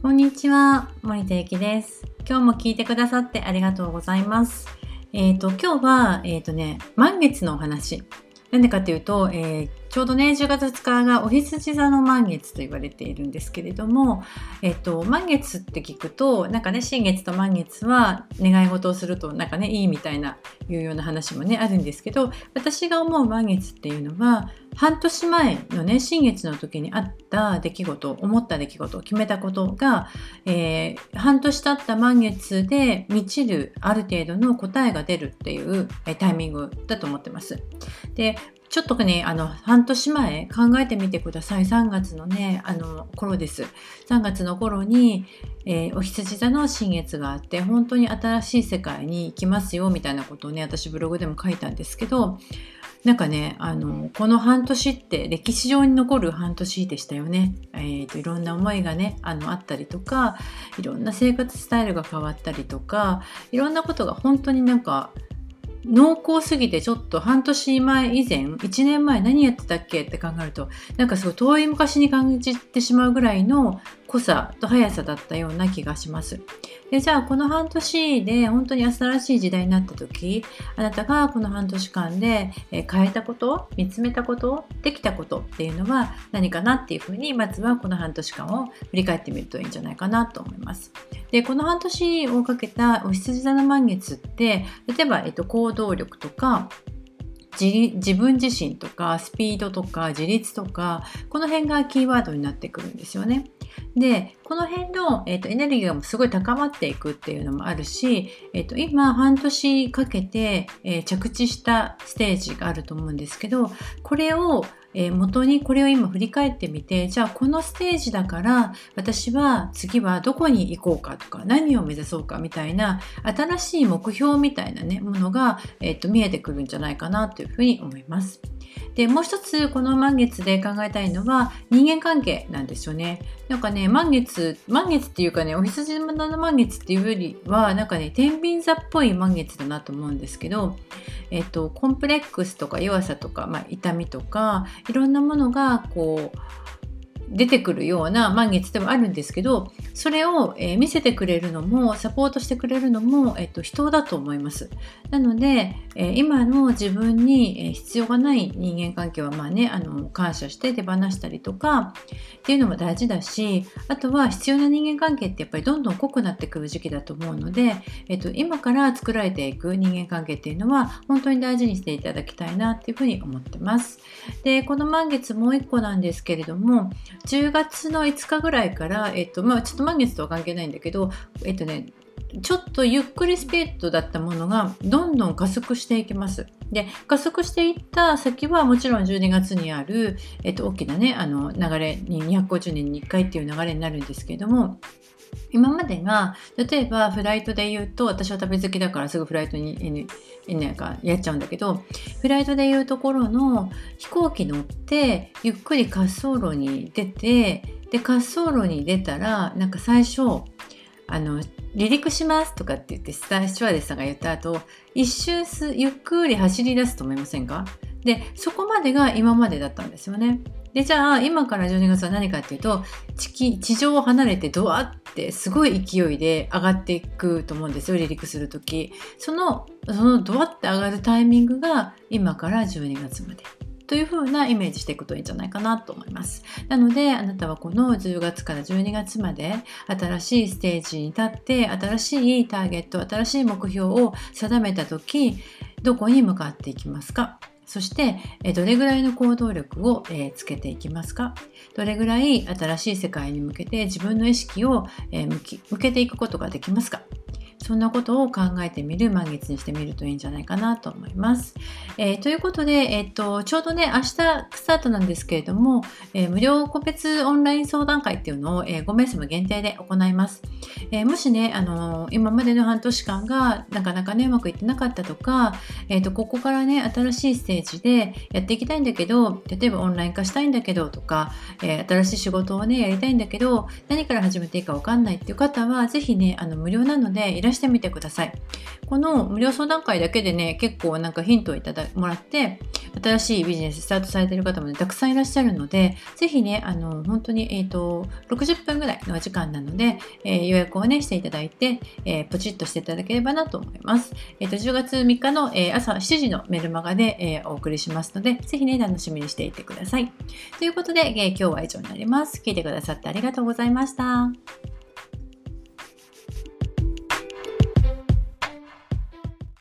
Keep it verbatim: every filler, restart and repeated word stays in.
こんにちは、森田ゆきです。今日も聞いてくださってありがとうございます。えっ、ー、と、今日は、えっ、ー、とね、満月のお話。なんでかっていうと、えー、ちょうどね、じゅうがつふつかがお羊座の満月と言われているんですけれども、えっ、ー、と、満月って聞くと、なんかね、新月と満月は願い事をするとなんかね、いいみたいな、いうような話もね、あるんですけど、私が思う満月っていうのは、半年前のね、新月の時にあった出来事、思った出来事、決めたことが、えー、半年経った満月で満ちるある程度の答えが出るっていう、えー、タイミングだと思ってます。で、ちょっとね、あの、半年前考えてみてください。さんがつのね、あの、頃です。さんがつの頃に、えー、お羊座の新月があって、本当に新しい世界に行きますよ、みたいなことをね、私ブログでも書いたんですけど、なんかね、あの、この半年って歴史上に残る半年でしたよね。えーと、いろんな思いがね、あの、あったりとか、いろんな生活スタイルが変わったりとか、いろんなことが本当になんか、濃厚すぎてちょっと半年前以前、いちねんまえ何やってたっけって考えると、なんかすごい遠い昔に感じてしまうぐらいの濃さと速さだったような気がします。で、じゃあこの半年で本当に新しい時代になった時、あなたがこの半年間で変えたこと、見つめたこと、できたことっていうのは何かなっていうふうに、まずはこの半年間を振り返ってみるといいんじゃないかなと思います。で、この半年をかけたお羊座の満月って、例えば、えっと、行動力とか、自, 自分自身とかスピードとか自立とか、この辺がキーワードになってくるんですよね。で、この辺の、えーと、エネルギーがすごい高まっていくっていうのもあるし、えーと、今半年かけて、えー、着地したステージがあると思うんですけど、これをえー、元にこれを今振り返ってみて、じゃあこのステージだから私は次はどこに行こうかとか何を目指そうかみたいな新しい目標みたいなねものが、えー、と見えてくるんじゃないかなというふうに思います。で、もう一つこの満月で考えたいのは人間関係なんですよね。なんかね、満月満月っていうかね、お羊座の満月っていうよりはなんかね、天秤座っぽい満月だなと思うんですけど、えっと、コンプレックスとか弱さとか、まあ、痛みとかいろんなものがこう出てくるような満月ではあるんですけど、それを、えー、見せてくれるのもサポートしてくれるのも、えー、と人だと思います。なので、えー、今の自分に、えー、必要がない人間関係はまあね、あの感謝して手放したりとかっていうのも大事だし、あとは必要な人間関係ってやっぱりどんどん濃くなってくる時期だと思うので、えー、と今から作られていく人間関係っていうのは本当に大事にしていただきたいなっていうふうに思ってます。で、この満月もう一個なんですけれども、じゅうがつのいつかぐらいから、えっとまあ、ちょっと満月とは関係ないんだけど、えっとね、ちょっとゆっくりスピードだったものがどんどん加速していきます。で、加速していった先はもちろんじゅうにがつにある、えっと、大きなね、あの流れににひゃくごじゅうねんにいっかいっていう流れになるんですけれども、今までが例えばフライトで言うと、私は食べ好きだからすぐフライトになんかやっちゃうんだけど、フライトで言うところの飛行機乗ってゆっくり滑走路に出て、で滑走路に出たらなんか最初あの離陸しますとかって言ってスチュワーデスさんが言った後、一周すゆっくり走り出すと思いませんか？で、そこまでが今までだったんですよね。で、じゃあ今からじゅうにがつは何かっていうと、地, 地上を離れてドワってすごい勢いで上がっていくと思うんですよ、離陸するとき。そのそのドワって上がるタイミングが今からじゅうにがつまでという風なイメージしていくといいんじゃないかなと思います。なので、あなたはこのじゅうがつからじゅうにがつまで新しいステージに立って、新しいターゲット、新しい目標を定めたとき、どこに向かっていきますか？そしてどれぐらいの行動力をつけていきますか？どれぐらい新しい世界に向けて自分の意識を向き向けていくことができますか？そんなことを考えてみる満月にしてみるといいんじゃないかなと思います。えー、ということで、えーと、ちょうどね、明日スタートなんですけれども、えー、無料個別オンライン相談会っていうのを、えー、ごめいさま限定で行います。えー、もしね、あのー、今までの半年間がなかなかね、うまくいってなかったとか、えーと、ここからね、新しいステージでやっていきたいんだけど、例えばオンライン化したいんだけどとか、えー、新しい仕事をね、やりたいんだけど、何から始めていいかわかんないっていう方は、ぜひね、あの無料なのでいらしてしてみてください。この無料相談会だけでね、結構なんかヒントをいただもらって、新しいビジネススタートされている方もね、たくさんいらっしゃるので、ぜひね、あの、本当に、えっと、ろくじゅっぷんぐらいのお時間なので、えー予約をね、していただいて、えーポチッとしていただければなと思います。えっと、じゅうがつみっかの、えー朝しちじのメルマガで、えーお送りしますので、ぜひね、楽しみにしていてください。ということで、えー今日は以上になります。聞いてくださってありがとうございました。